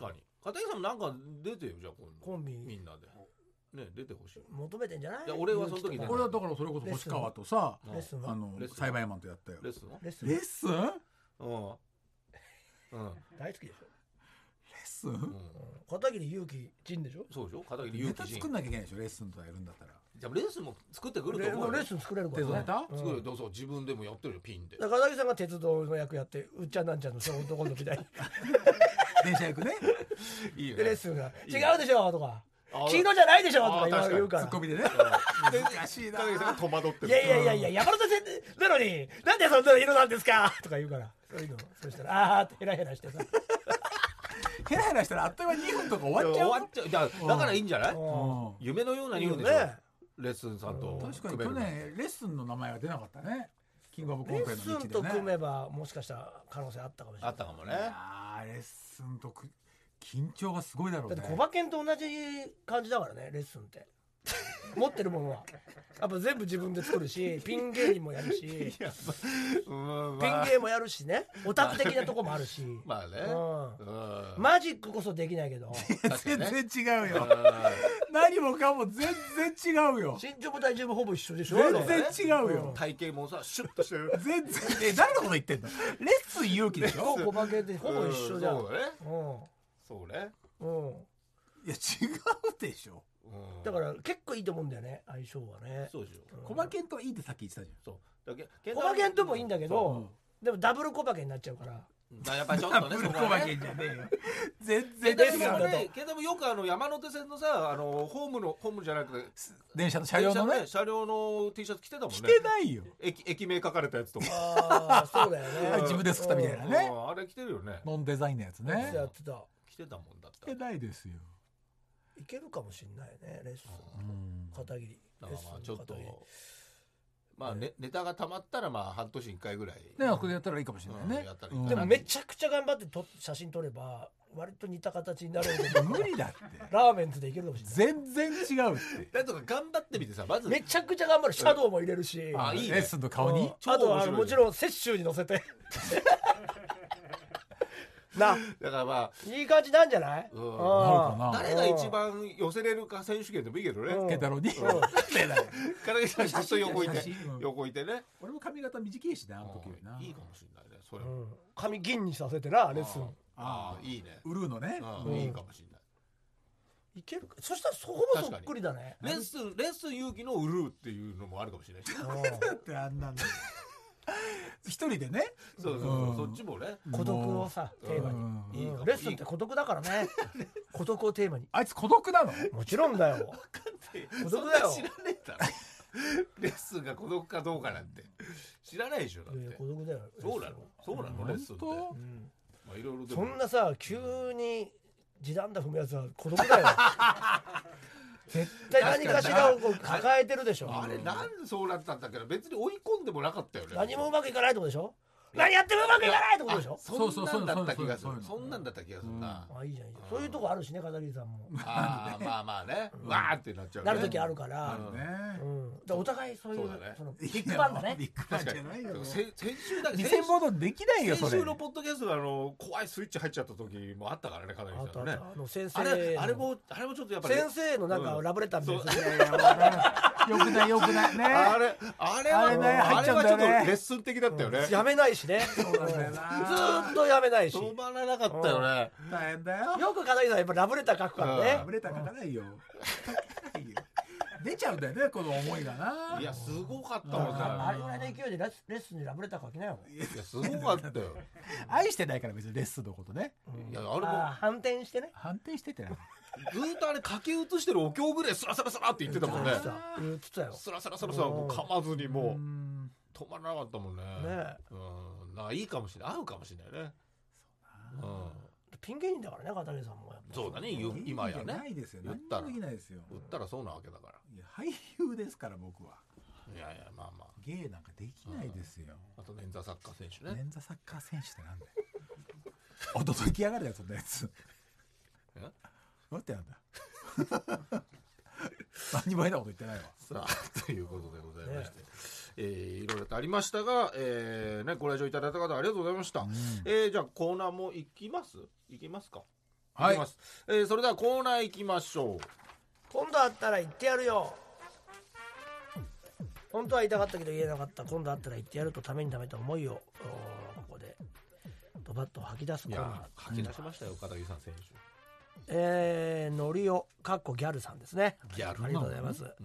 C: 片桐さんもなんか出てよじゃあ今度
B: コンビ
C: みんなでね出てほしい。
B: 求めてんじゃない？
C: いや俺はその時
D: 俺はだからそれこそ星川とさ
B: レッスン
D: あの栽培マンとやったよ。
C: レッスンの
B: レッスン
D: レッスン？
C: うんうん
B: 大好きでしょ。
D: レッスン？
B: 片桐勇気陣でしょ。
C: そうでしょ片桐
D: ネタ
C: 勇気陣。
D: 作んなきゃいけないでしょレッスンとかやるんだったら。
C: じゃあレッスンも作ってくると思うよ。
B: レッスン作れるからね。
D: 手伝った？
C: 作るどうぞ自分でもやってるよピンで。
B: 片桐さんが鉄道の役やってうっちゃんなんちゃんのショートコントみたいに
D: 電車役ね。
C: いいね。
B: でレッスンが違うでしょとか黄色じゃないでしょとか言わ言うから。
D: ツッコミでね。難しいな。
C: 片桐さんが戸惑ってる。
B: いやいやいやいや山手線なのになんでそんな色なんですかとか言うから。そういうのそしたらあーってヘラヘラしてさ。
D: ヘラヘラしたらあっという間ににふんとか終わっちゃう。
C: 終わっちゃう。だだからいいんじゃない？夢のようなにふんでしょ。レッスンさんと。
D: 確かに去年レッスンの名前が出なかったね。キングオブコンペの
B: レッスンと組めばもしかしたら可能性あったかもしれない。
C: あったかもね。
D: あーレッスンとく緊張がすごいだろうね。
B: だって小馬券と同じ感じだからねレッスンって持ってるものはやっぱ全部自分で作るしピン芸人もやるしピン芸もやるしねオタク的なとこもあるし
C: まあね、
B: うん、マジックこそできないけど
D: 全然違うよ何もかも全然違うよ
B: 身長も体重もほぼ一緒でしょ
D: 全然違うよ、
C: うん、体型もさシュッとしてる
D: 全然え誰のこと言ってんのレッスン勇気でしょ
B: 小馬券ってほぼ一緒じゃん、うん、
C: そうだねそうね
B: うん
D: いや違うでしょ
B: だから結構いいと思うんだよね相性はね。
C: そうでしょ。
D: 小馬券といいってさっき言ってたじゃん。
C: そう
B: 小馬券ともいいんだけど、でもダブル小馬券になっちゃうから。
C: やっぱりちょっとね
D: 小馬券じゃねえよ。全然
C: 違う。けどもよくあの山手線のさあのホームのホームじゃなくて
D: 電車の車両のね
C: 車両の T シャツ着てたもんね。
D: 着てないよ。
C: 駅駅名書かれたやつとか。
B: ああそうだよね。
D: 自分で作ったみたいなね。
C: あれ着てるよね。
D: ノンデザインのやつね。
B: やってた。
C: 着てたもんだった。
D: 着てないですよ。
B: いけるかもしれないねレッスン片桐
C: だからまあちょっとまあネタがたまったらまあ半年いっかいぐらい
D: ねこれやったらいいかもしれないね。
B: でもめちゃくちゃ頑張ってと写真撮れば割と似た形になるけど
D: 無理だって
B: ラーメンズでいけるかもしれない。
D: 全然違うって
C: だとか頑張ってみてさまず
B: めちゃくちゃ頑張るシャドウも入れるし
C: あいい
D: レッスンの顔に
B: あとはもちろん雪舟に乗せてな
C: だからまあ
B: いい感じなんじゃない？
D: うん、なるかな。
C: 誰が一番寄せれるか選手権でもいいけどね。
D: ケンタロウに。
C: からげさんずっと横いて横いてね。
D: 俺も髪型短いしなあの時よりな。
C: いいかもしれないね。それ。
B: 髪銀にさせてなレッスン。
C: ああいいね。
D: ウルーのね。
C: いいかもしれない。
B: いけるか。そしたらほぼそっくりだね。
C: レッスンレッスン勇気のウルーっていうのもあるかもしれないし。
D: だってあんなの。一人でね
C: そうそうそっちもね
B: 孤独をさテーマにレッスンって孤独だからね孤独をテーマに
D: あいつ孤独なの
B: もちろんだよ孤独だよ
C: 知らねえだろレッスンが孤独かどうかなんて知らないでしょだって
B: 孤独だよ
C: そうなのそうなのレッスンってまあいろいろ
B: そんなさ急に時短だ踏むやつは孤独だよ絶対何かしらを抱えてるでしょ。
C: あれなんでそうなったんだけど別に追い込んでもなかったよね。
B: 何もうまくいかないってことでしょ。何やってもうまくいかないってことでしょ。
C: そんなんだった気がする。そんなんだった気がするな。
B: あいいじゃんいいじゃん。そういうとこあるしね片桐さんも。
C: ああまあまあね。わーってなっちゃう。
B: なる時あるから。お互いそういうそのビッグバンだね。
D: ビッグバンじゃないよ。
C: 先週だけ
D: にせんモードできないよそれ。
C: 先週のポッドキャストのあの怖いスイッチ入っちゃった時もあったからね片桐さんね。
B: あの先
C: 生あれあれもあれもちょっとやっぱり
B: 先生のなんかラブレターみたい
D: な。よくないよくないね。
C: あれあれはあれはちょっとレッスン的だったよね。
B: やめないしね。ずっとやめないし
C: 止まらなかったよね。
D: 大変だよ。
B: よく片桐さんやっぱラブレター書くからね。
D: ラブレター書かないよ。出ちゃうんだよねこの思いがな。
C: いやすごかったもんね。
B: あれぐらいの勢いでレッスンにラブレター書きなよ。
C: いやすごかったよ。
D: 愛してないから別にレッスンのことね。
C: いやあれも
B: 反転してね。
D: 反転しててな。
C: ずーっとあれ書き写してるお経ぐらいスラスラスラって言ってたもんね。
B: 言ってたよ。
C: スラスラスラスラもう噛まずにもう止まらなかったもんね。
B: ね。
C: うん、ないいかもしれない、合うかもしれないね。
B: そうな。ピン芸人だからね片桐さんも。
C: そうだね今やね。
D: ないですよ。何もできないですよ。
C: 売ったらそうなわけだから。
D: いや俳優ですから僕は。
C: いやいやまあまあ。
D: 芸なんかできないですよ。
C: あと捻挫サッカー選手ね。
D: 捻挫サッカー選手ってなんだよ。おとといきやがるやつそんなやつ。え？待ってなんだ。何も変なこと言ってないわ。
C: さあということでございまして、ねえー、いろいろとありましたが、えーね、ご来場いただいた方ありがとうございました。うん、えー、じゃあコーナーも行きます行きますか。 はい、いきます、えー、それではコーナー行きましょう。
B: 今度会ったら言ってやるよ。本当は言いたかったけど言えなかった。今度会ったら言ってやるとためにためた思いをここでドバッと吐き出すコーナー。
C: 吐き出しましたよ、片桐さん選手。
B: えー、のりおかっこギャルさんですね。
C: ギャル、
B: ありがとうございます、うん、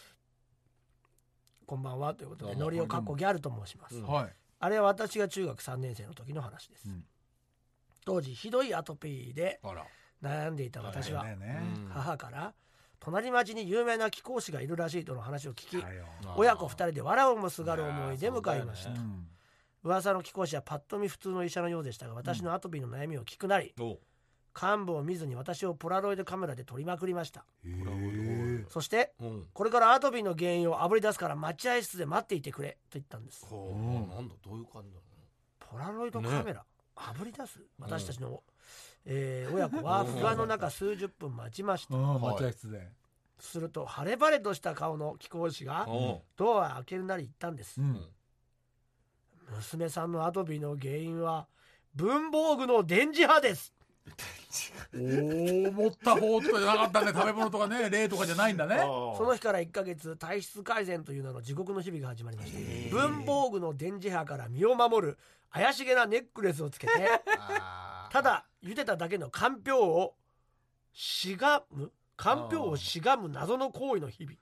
B: こんばんはということで、のりおかっこギャルと申します、うん、あれは私が中学さんねん生の時の話です、うん、当時ひどいアトピーで悩んでいた私は、母から隣町に有名な貴公子がいるらしいとの話を聞き、親子ふたりで藁をもすがる思いで向かいました。噂の貴公子はパッと見普通の医者のようでしたが、私のアトピーの悩みを聞くなり、幹部を見ずに私をポラロイドカメラで撮りまくりました。そして、うん、これからアトピーの原因をあぶり出すから待合室で待っていてくれと言ったんです。
C: うん、なんだどういう感じだろ
B: う。ポラロイドカメラ、ね、あぶり出す。私たちの、うんえー、親子は不安の中数十分待ちました。
D: 待合室で。
B: すると晴れ晴れとした顔の貴公子がドアを開けるなり言ったんです、うん、娘さんのアトピーの原因は文房具の電磁波です。
D: おー、持った方とかじゃなかったね。食べ物とかね、霊とかじゃないんだね。
B: その日からいっかげつ体質改善という名の地獄の日々が始まりました。文房具の電磁波から身を守る怪しげなネックレスをつけてただ茹でただけのかんぴょうをしがむかんぴょうをしがむ謎の行為の日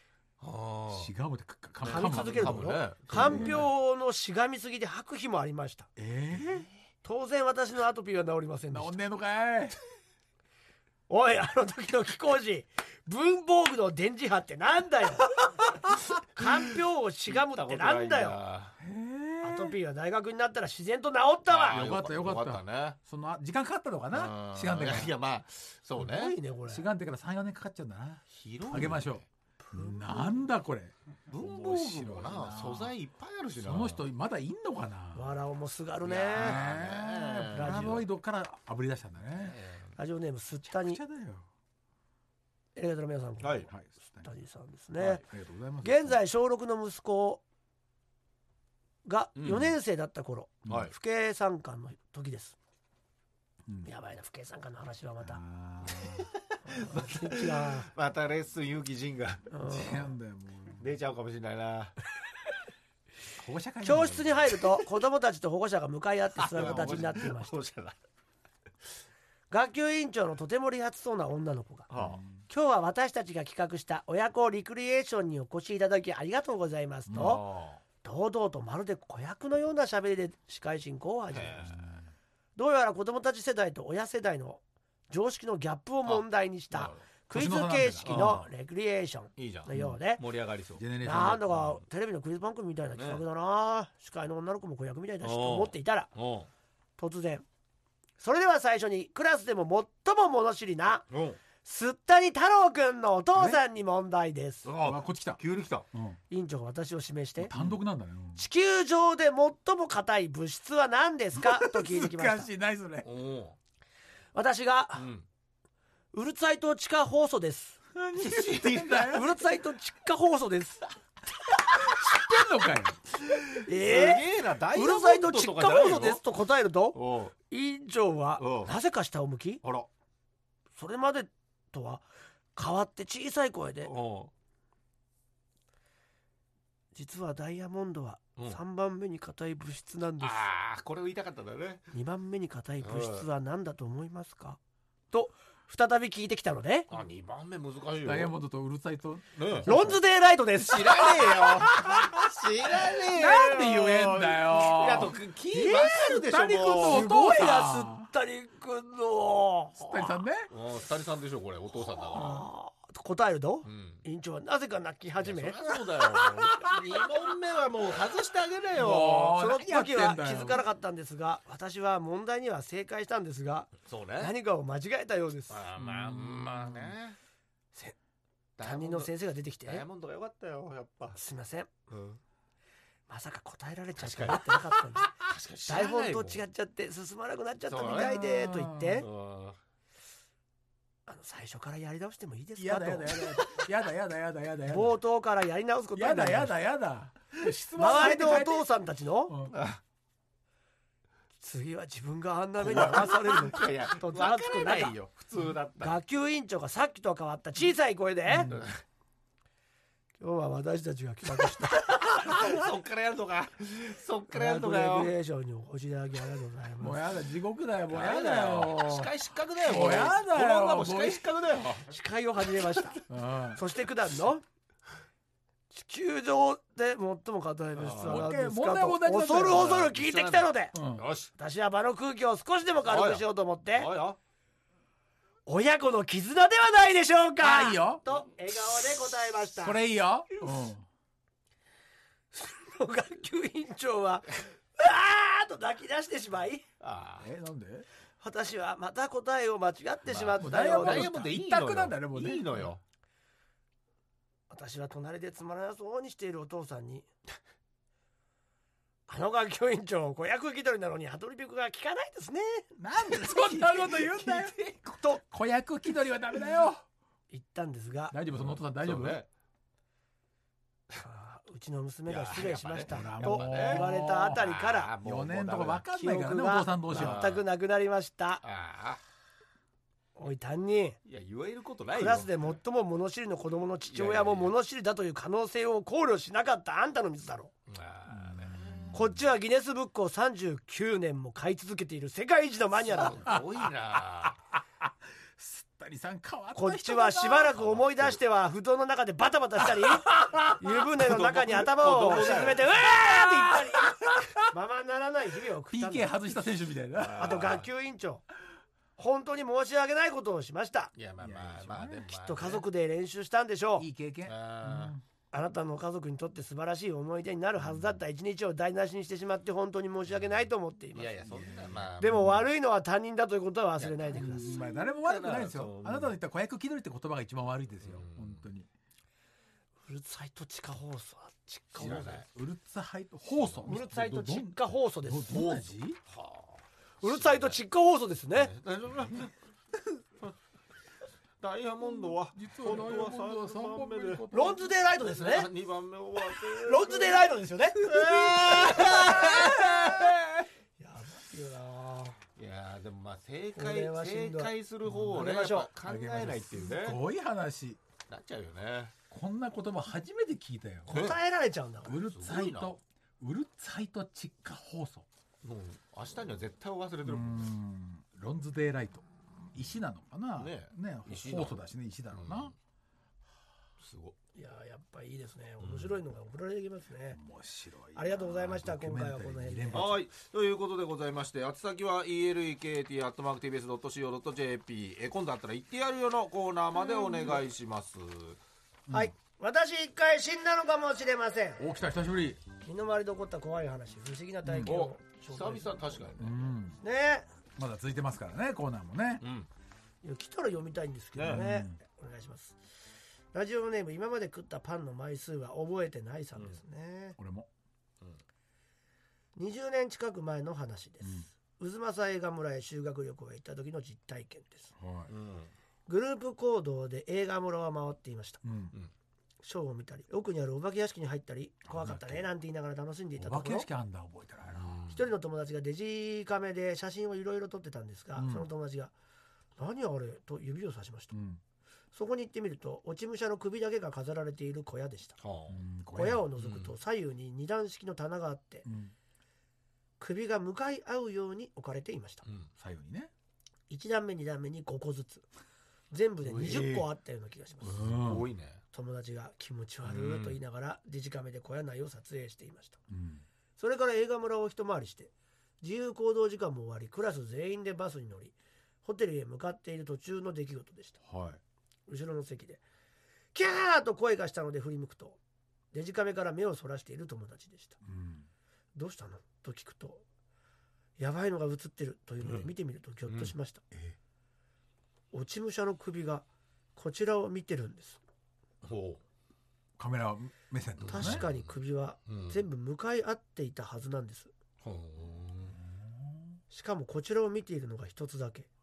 B: 々。
D: しがむって
B: 噛み続けるところ、かんぴょうのしがみすぎで吐く日もありました。えー、当然私のアトピーは治りませんでした。
D: 治んねえのかい。
B: おい、あの時の貴公子、文房具の電磁波ってなんだよ。かんぴょうをしがむってなんだよ。アトピーは大学になったら自然と治ったわ。
D: よかったよかった、ね、その時間かかったのかな。しがんでから。
C: いやまあそうね。
B: すごいねこれ。
D: しがんでからさんよねんかかっちゃうんだな。広い、ね、あげましょう。なんだこれ。
C: 文房具もな素材いっぱいあるしな。
D: その人まだいんのかな。
B: わらをもすがるね。
D: ポラロイドからあぶり出したんだね。
B: ラジオネームすったに。エレガトの皆さん、
C: はい、
B: すったにさんですね、はい、ありがとうございます。現在小ろくの息子がよねん生だった頃、うん、父兄参観の時です、うん、やばいな、父兄参観の話はまた
C: またレッスン勇気陣が出ちゃうかもしれないな。
B: 保護者会教室に入ると子供たちと保護者が向かい合って座る形になっていました学級委員長のとても利発そうな女の子が、はあ、今日は私たちが企画した親子リクリエーションにお越しいただきありがとうございますと、はあ、堂々とまるで子役のような喋りで司会進行を始めました。どうやら子供たち世代と親世代の常識のギャップを問題にしたクイズ形式のレクリエーションのようで、
C: 盛り上がりそう。
B: なんだかテレビのクイズ番組みたいな企画だな、ね、司会の女の子も子役みたいだしと思っていたら、突然、それでは最初にクラスでも最も物知りなすったに太郎くんのお父さんに問題です。
D: ああ、こっち来た。
C: 急に来た。
B: 委員長が私を指名して
D: 単独なんだね。
B: 地球上で最も硬い物質は何ですかと聞いてきました。
D: 難しい、ないそれ。
B: 私が、うん、ウルツァイト地下酵素です。
D: 何知ってんだよ。
B: ウルツァイト地下酵素です。知
D: ってんのかよ。
B: えー、ウルツァイト地下酵素ですと答えると、委員長はなぜか下を向き、あら、それまでとは変わって小さい声で、実はダイヤモンドはさんばんめに硬い物質なんです。
C: ああ、これを言いたかったんだね。
B: にばんめに硬い物質は何だと思いますかと再び聞いてきたので、
C: あ、にばんめ難しいよ。
D: ダイヤモンドとウルツァイト、
B: ね、ロンズデイライトです。
C: 知らねえよ。知らねえよ。
D: なんで言えんだよ。
C: あとキーわかるでしょ。
D: すったりくんのお父さん。
B: すごいな、すったりくんの。
D: すったりさんね。
C: すったりさんでしょこれ、お父さんだから。
B: 答えると、うん、委員長はなぜか泣き始め、
C: そうだよ。に問目はもう外してあげなよ。
B: その時は気づかなかったんですが、私は問題には正解したんですが、
C: そうね、
B: 何かを間違えたようです。
C: あ、まあまあね。
B: 担任の先生が出てきて、
C: ダイヤモンドが良かったよ、やっぱ。
B: すいません、うん、まさか答えられちゃってなってなかったんで台本と違っちゃって進まなくなっちゃったみたいでと言って、あの最初からやり直してもいいですかと。
D: やだやだやだやだやだやだ
B: 冒頭からやり直すことになりました。
D: やだやだやだ。
B: 周りのお父さんたちの、うん、 次は自分があんな目に遭わされるのか。
C: いや
B: と
C: 分からないよ普通だったら。
B: 学級委員長がさっきとは変わった小さい声で、うん、今日は私たちが企画した
C: そっからやるのかそっからやるのかよ。
B: レクリエーションにお越しいただきありがとうございます。
D: もうやだ地獄だよもうやだよ。
C: 司会失格だよ
D: もうやだよ。
C: この女も司会失格だよ。
B: 司会を始めましたそして九段の地球上で最も硬い物質は何ですかと恐る恐る聞いてきたので、うん、よし私は場の空気を少しでも軽くしようと思って親子の絆ではないでしょうか。
D: いいよ
B: と笑顔で答えました。
D: これいいよ、うん、
B: その学級委員長はうわーっと泣き出してしまい、
D: あえなんで
B: 私はまた答えを間違ってしまったよう
C: ダイヤモンドでいいのよ。
D: なんだねもうね。
C: いいのよ。
B: 私は隣でつまらなそうにしているお父さんにあの学級委員長子役気取りなのにハトリピクが効かないですね。
D: なんでそんなこと言うんだよと子役気取りはダメだよ
B: 言ったんですが、
D: 大丈夫そのお父さん大丈夫、ね、
B: うちの娘が失礼しましたと言われたあたりから
D: よねんとか分かんないからねお父さん同士は
B: 全くなくなりました。あおい担任、
C: いや言えることないよ。
B: クラスで最も物知りの子供の父親も物知りだという可能性を考慮しなかったあんたのミスだろう。こっちはギネスブックをさんじゅうきゅうねんも買い続けている世界一のマニアだ。
C: すごいな
D: すったりさん変わった人だな。
B: こっちはしばらく思い出しては布団の中でバタバタしたり湯船の中に頭を沈めてうわーって言ったりままならない日々を送ったんだ。
D: ピーケー 外した選手みたいな。
B: あと学級委員長本当に申し訳ないことをしました。
C: いやまあまあまあでも
B: きっと家族で練習したんでしょう。
D: いい経験。
B: ああなたの家族にとって素晴らしい思い出になるはずだった一日を台無しにしてしまって本当に申し訳ないと思っています。
C: いやいやそんなまあ
B: でも悪いのは他人だということは忘れないでください。
D: まあ誰も悪くないですよ。あなたの言った子役気取りって言葉が一番悪いですよ本当に。
B: うるさいと地下放送は地下放送
D: うるさいと放送
B: うるさいと地下放送です。
D: どんな字？
B: うるさいと地下放送ですね。
C: ダイヤモンドは
D: 実はダイヤモンドはさんばんめで
B: ロンズデイライトですね。
C: にばんめ終わって
B: ロンズデイライトですよね。やばいよな。
C: いやでもまあ正解正解する方をね考えないっていうね。
D: すごい話
C: なっちゃうよね。
D: こんな言葉初めて聞いたよ。
B: 答えられちゃうんだから。
D: うるさいとうるさいと地下放送。
C: もう明日には絶対忘れてる。
D: ロンズデイライト石なのかな
C: ね
D: ね放送だしね石だろうな、うん、
C: すご
B: い。いややっぱいいですね。面白いのが送られてきますね。
D: 面白い。
B: ありがとうございました。今回はこの辺で。
C: はいということでございまして宛先は イーエルイーケーティー アットマーク ティービーエス ドット シーオー ドット ジェーピー え今度あったら言ってやるよのコーナーまでお願いします、
B: うん、はい私一回死んだのかもしれません。
D: お来た久しぶり。
B: 身の回りで起こった怖い話不思議な体験を、
C: うん、久々確かにね、
B: うん、ね
D: まだ続いてますからねコーナーもね、
B: うんいや来たら読みたいんですけどね、ねうん、お願いします。ラジオネーム今まで食ったパンの枚数は覚えてないさんですね、
D: うん、俺も、
B: うん、にじゅうねん近く前の話です、うん、渦政映画村へ修学旅行へ行った時の実体験です、はいうん、グループ行動で映画村を回っていました、うん、ショーを見たり奥にあるお化け屋敷に入ったり怖かったねなんて言いながら楽しんでいたところ、お化け屋敷あんだ覚えてないな、一人の友達がデジカメで写真をいろいろ撮ってたんですが、うん、その友達が何あれと指をさしました、うん、そこに行ってみると落ち武者の首だけが飾られている小屋でした、うん、小屋を覗くと左右に二段式の棚があって、うん、首が向かい合うように置かれていました、うん、
D: 左右にね
B: いち段目に段目にごこずつ全部でにじゅっこあったような気がします。す
C: ごいね。
B: 友達が気持ち悪いと言いながらデジカメで小屋内を撮影していました、うん、それから映画村を一回りして自由行動時間も終わりクラス全員でバスに乗りホテルへ向かっている途中の出来事でした、はい、後ろの席でキャーと声がしたので振り向くとデジカメから目をそらしている友達でした、うん、どうしたのと聞くとやばいのが映ってるというので見てみるとギョッとしました、うんうん、落ち武者の首がこちらを見てるんです。
D: ほうカメラ目線と、ね、
B: 確かに首は全部向かい合っていたはずなんです、うん、しかもこちらを見ているのが一つだけ、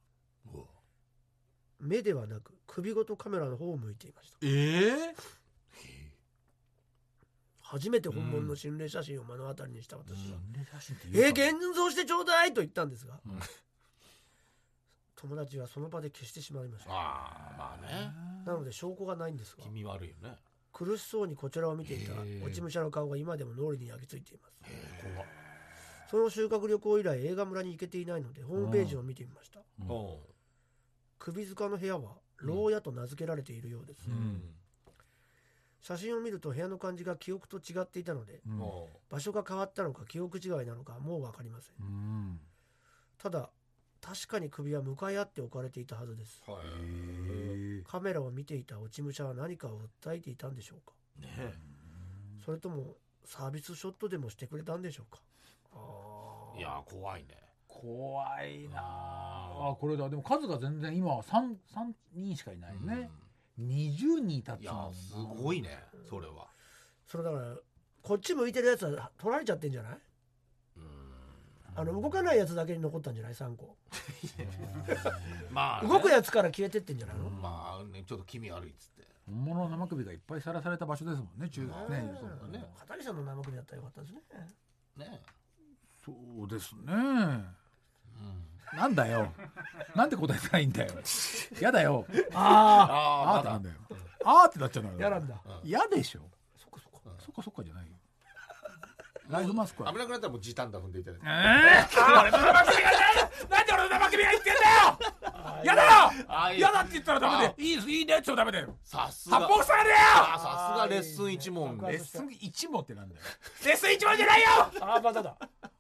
B: 目ではなく首ごとカメラの方を向いていました。
D: えー、
B: 初めて本物の心霊写真を目の当たりにした私は、うん、えー、現像してちょうだいと言ったんですが、うん、友達はその場で消してしまいました。
C: あまあね。
B: なので証拠がないんですが、
C: 気味悪いよね。
B: 苦しそうにこちらを見ていた落ち武者の顔が今でも脳裏に焼き付いています。その修学旅行以来映画村に行けていないのでホームページを見てみました。うん、首塚の部屋は牢屋と名付けられているようです。うん、写真を見ると部屋の感じが記憶と違っていたので、うん、場所が変わったのか記憶違いなのかもう分かりません。うん、ただ確かに首は向かい合って置かれていたはずです。カメラを見ていた落ち武者は何かを訴えていたんでしょうか、ね、それともサービスショットでもしてくれたんでしょうか。
C: あいや怖いね。
D: 怖いなあ。これだ。でも数が全然今は 3, 3人しかいないね、うん、にじゅうにんいたって
C: いやすごいね。それは
B: それだからこっち向いてるやつは取られちゃってんじゃない。あの動かないやつだけに残ったんじゃないさんこまあ、ね、動くやつから消えてってんじゃないの。
C: まあ、ね、ちょっと気味悪いっつって
D: 本物の生首がいっぱいさらされた場所ですもんね。中学ね。
B: そうね。片桐さんの生首だったらよかったですね。
D: ね。そうですね。うん、なんだよ。なんで答えたらいいんだよ。やだよ。あーあーってなんだよ。あーってなっちゃうのよ。
B: やなんだ。
D: 嫌でしょ。そっかそっか。そっかそっかじゃないよ。ライフマスクは
C: 危なくなったらもう時短だ踏んでいただいて。
D: えー、俺の生首がなんで俺の生首が言ってんだよ。やだよ。やだって言ったらダメで。いいいいねって言ったらダメだよ。
C: さすが。
D: 八方塞がれよ。
C: さすがレッスン一問。
D: レッスン一問ってなんだよ。レッスン一問じゃないよ。
B: あーまだだ。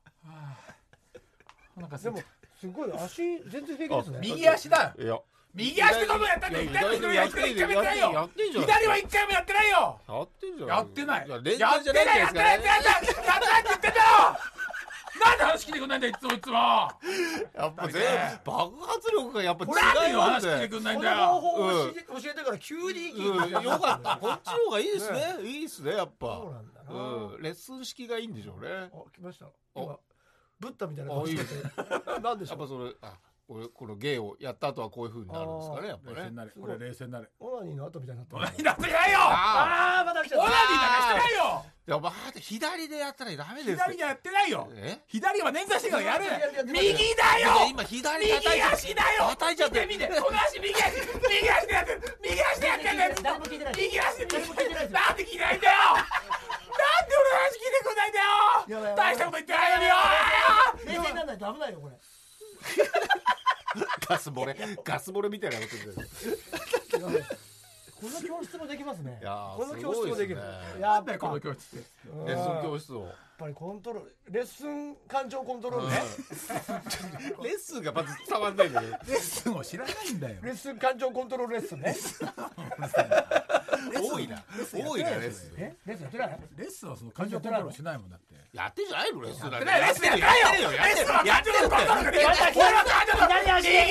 B: なんかでもすごい足全然平気ですね。
D: 右足だ。
C: いや。
D: 右足でどんどんやったんだよ。左は一回もやってないよ。左は一回もやってないよ。
C: やってんじゃん。
D: やってない。
C: やってないやってないやってないやってないやってないって
D: 言ってんだよ。なんで話聞いてくんないんだよいつもいつも。や
C: っぱ全爆発力がやっぱ違
D: うよ。話聞いてくんないんだよ。
B: 方法を教えてから急に息
C: よかった。こっちの方がいいですね。いいですねやっぱ。
B: そうなんだ
C: な。レッスン式がいいんでしょうね。
B: あ来ました。今ブッダみたいな感じで。なんでしょう。
C: やっぱそれあ。俺この芸をやった後はこういう風になるんですかね。やっぱね。
D: これ冷静になれ。
B: オナニーの後みたいになって
D: る。オナニーなってないよ。
B: ああまだ来ちゃった。
D: オナニーなんかしてないよ。
C: いやまあ左でやったらダメです。
D: 左でやってないよ。左は捻挫してからやる。右だよ。
C: 今左
D: 右足だよ。
C: 叩いちゃって。
D: 見て見て。この足右足右足でやってる。右足でやってるんだよ。
B: 誰も聞いてない。
D: 右足で誰も聞いてない。なんで聞いてないんだよ。なんで俺の話聞いてくんないんだよ。大したこと言ってないのによ。
B: 冷静にならないと危ないよこれ。
C: ガス漏れガス漏れみたいなことで
B: この教室もできますね。
C: いや
B: この教室もできる。
D: やっぱりこの教室って
C: レッスン教室をやっ
B: ぱりコントロールレッスン感情コントロールね。
C: レッスンがまず伝わんないんだよ。
D: レッスンを知らないんだよ。
B: レッスン感情コントロールレッスンね。
C: 多いな多いなレッスン。
B: えレッスンやってない？
D: レッスンはその感情コントロールしないもんだって。
C: やってんじゃないのレッスンなんて。
D: レッスンやってないよ。レッスンは感情コントロール。右足だよ。右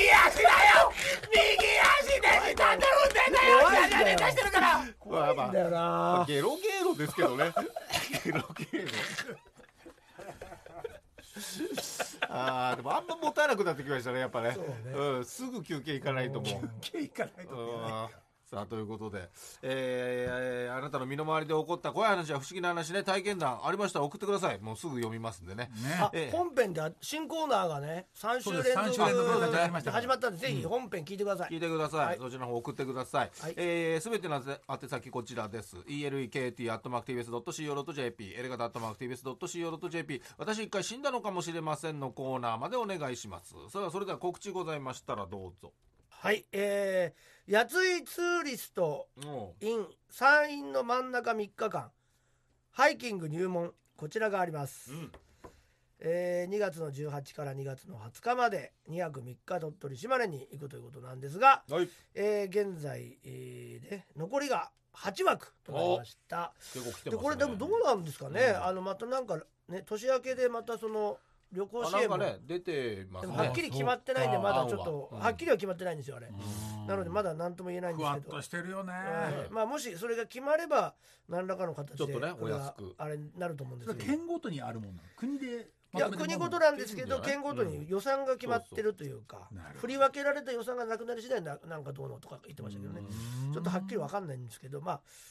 D: 足でタト踏んでんだよ。左足してるから。
B: 怖いんだよな。
C: ゲロゲロですけどね。ゲロゲロ。あーでもあんま持たなくなってきましたねやっぱね。うん、すぐ休憩行かないともう。
D: 休憩行かないとね。
C: さあということで、えー、あなたの身の回りで起こった怖い話や不思議な話ね体験談ありましたら送ってください。もうすぐ読みますんでね。ね
B: えー、本編で新コーナーがねさん週連続で始まったんで、ぜひ本編聞いてください。
C: 聞いてください、はい、そちらの方送ってください。はい、えー、全ての宛先こちらです。 イーエルイーケーティー アットマーク ティービーエス ドット シーオー ドット ジェーピー エレガタ アットマーク ティービーエス ドット シーオー ドット ジェーピー 私一回死んだのかもしれませんのコーナーまでお願いします。それではそれでは告知ございましたらどうぞ。
B: はい、えー、やついツーリスト in 山陰の真ん中みっかかんハイキング入門、こちらがあります、うん、えー、にがつのじゅうはちからにがつのはつかまでにはくみっか鳥取島根に行くということなんですが、はい、えー、現在、えーね、残りがはちわくとなりました。
C: 結構来てますね。
B: でこれでもどうなんですかね、うん、あのまたなんかね年明けでまたその旅行支援も
C: ね出てますね。
B: でもはっきり決まってないんでまだちょっとはっきりは決まってないんですよあれ。なのでまだ何とも言えないんですけど。
D: ふわっとしてるよね。
B: まあもしそれが決まれば何らかの形で
C: ちょっとねお安く
B: あれになると思うんですけど。
D: 県ごとにあるもんなの。国で。
B: いや国ごとなんですけど県ごとに予算が決まってるというか、振り分けられた予算がなくなり次第ななんかどうのとか言ってましたけどね。ちょっとはっきり分かんないんですけど、まあ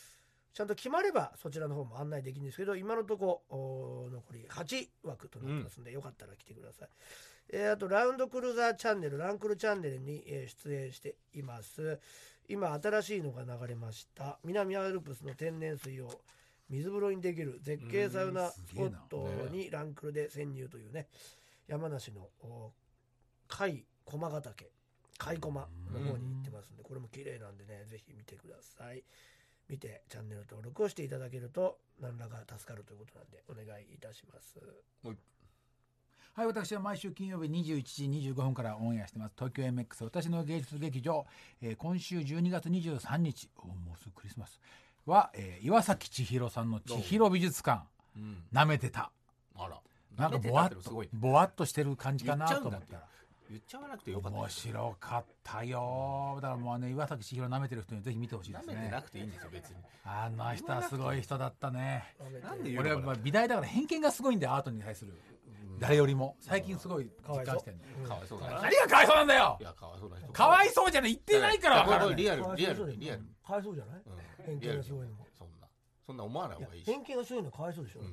B: ちゃんと決まればそちらの方も案内できるんですけど、今のところ残りはちわくとなってますんで、うん、よかったら来てください。えー、あとラウンドクルーザーチャンネル、ランクルチャンネルに、えー、出演しています。今新しいのが流れました。南アルプスの天然水を水風呂にできる絶景サウナスポットにランクルで潜入というね、山梨の甲斐駒ヶ岳甲斐駒の方に行ってますんで、これも綺麗なんでね、ぜひ見てください。見てチャンネル登録をしていただけると何らか助かるということなんでお願いいたします。
D: はい、はい、私は毎週金曜日にじゅういちじにじゅうごふんからオンエアしてます東京 エムエックス 私の芸術劇場、えー、今週じゅうにがつにじゅうさんにち、おもうすぐクリスマスは、えー、岩崎千尋さんの千尋美術館、うん、舐めてた。
C: あら、
D: なんかぼわっとぼわっとしてる感じかなと思ったら
C: 言っちゃわなくてよかった。
D: 面白かったよ。だからもうね、岩崎千尋舐めてる人にぜひ見てほしいですね。
C: 舐めてなくていいんですよ別に。
D: あの人はすごい人だったね。
C: なんで言うの？
D: 俺はまあ美大だから偏見がすごいんだよ、アートに対する。誰よりも最近すごい実感してるの。
C: かわいそうだね。
D: 何がかわいそうなんだよ。
C: いや、かわいそうな人。
D: かわいそうじゃない、言ってないから分からない。
C: リアルリアルリアル。
B: かわいそうじゃない？偏見がすごいのも。
C: そんなそんな思わない方がいいし。
B: 偏見がすごいのかわいそうでしょ。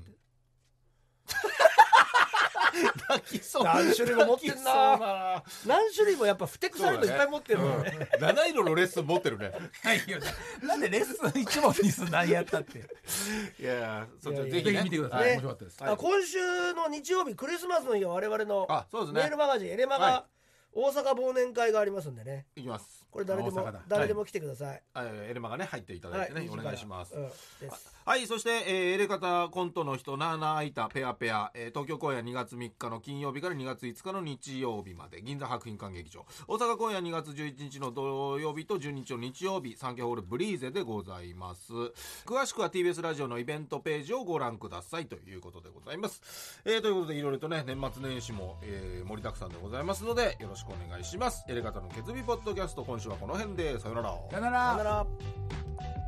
C: 泣きそう。
B: 何種類も持ってんな。何種類もやっぱふてくされるのいっぱい持ってるの。
C: 七色のレッスン持ってるね。
D: なんでレッスン一問にすん何やったって。
C: いやぜ
D: ひ見てください。面白かったです。
B: 今週の日曜日クリスマスの日は我々のメールマガジンエレマガ大阪忘年会がありますんでね。
C: 行きます。
B: これ誰でも誰でも来てください。
C: エレマがね入っていただいてね、お願いします。はい、そしてエレカタコントの人なあなあいたペアペア、東京公演にがつみっかの金曜日からにがついつかの日曜日まで銀座博品館劇場、大阪公演にがつじゅういちにちの土曜日とじゅうににちの日曜日、サンケホールブリーゼでございます。詳しくは ティービーエス ラジオのイベントページをご覧くださいということでございます。えー、ということでいろいろとね年末年始も、えー、盛りだくさんでございますのでよろしくお願いします。エレカタの決意ポッドキャスト、今週はこの辺でさよなら。
D: さよなら。
B: さよなら。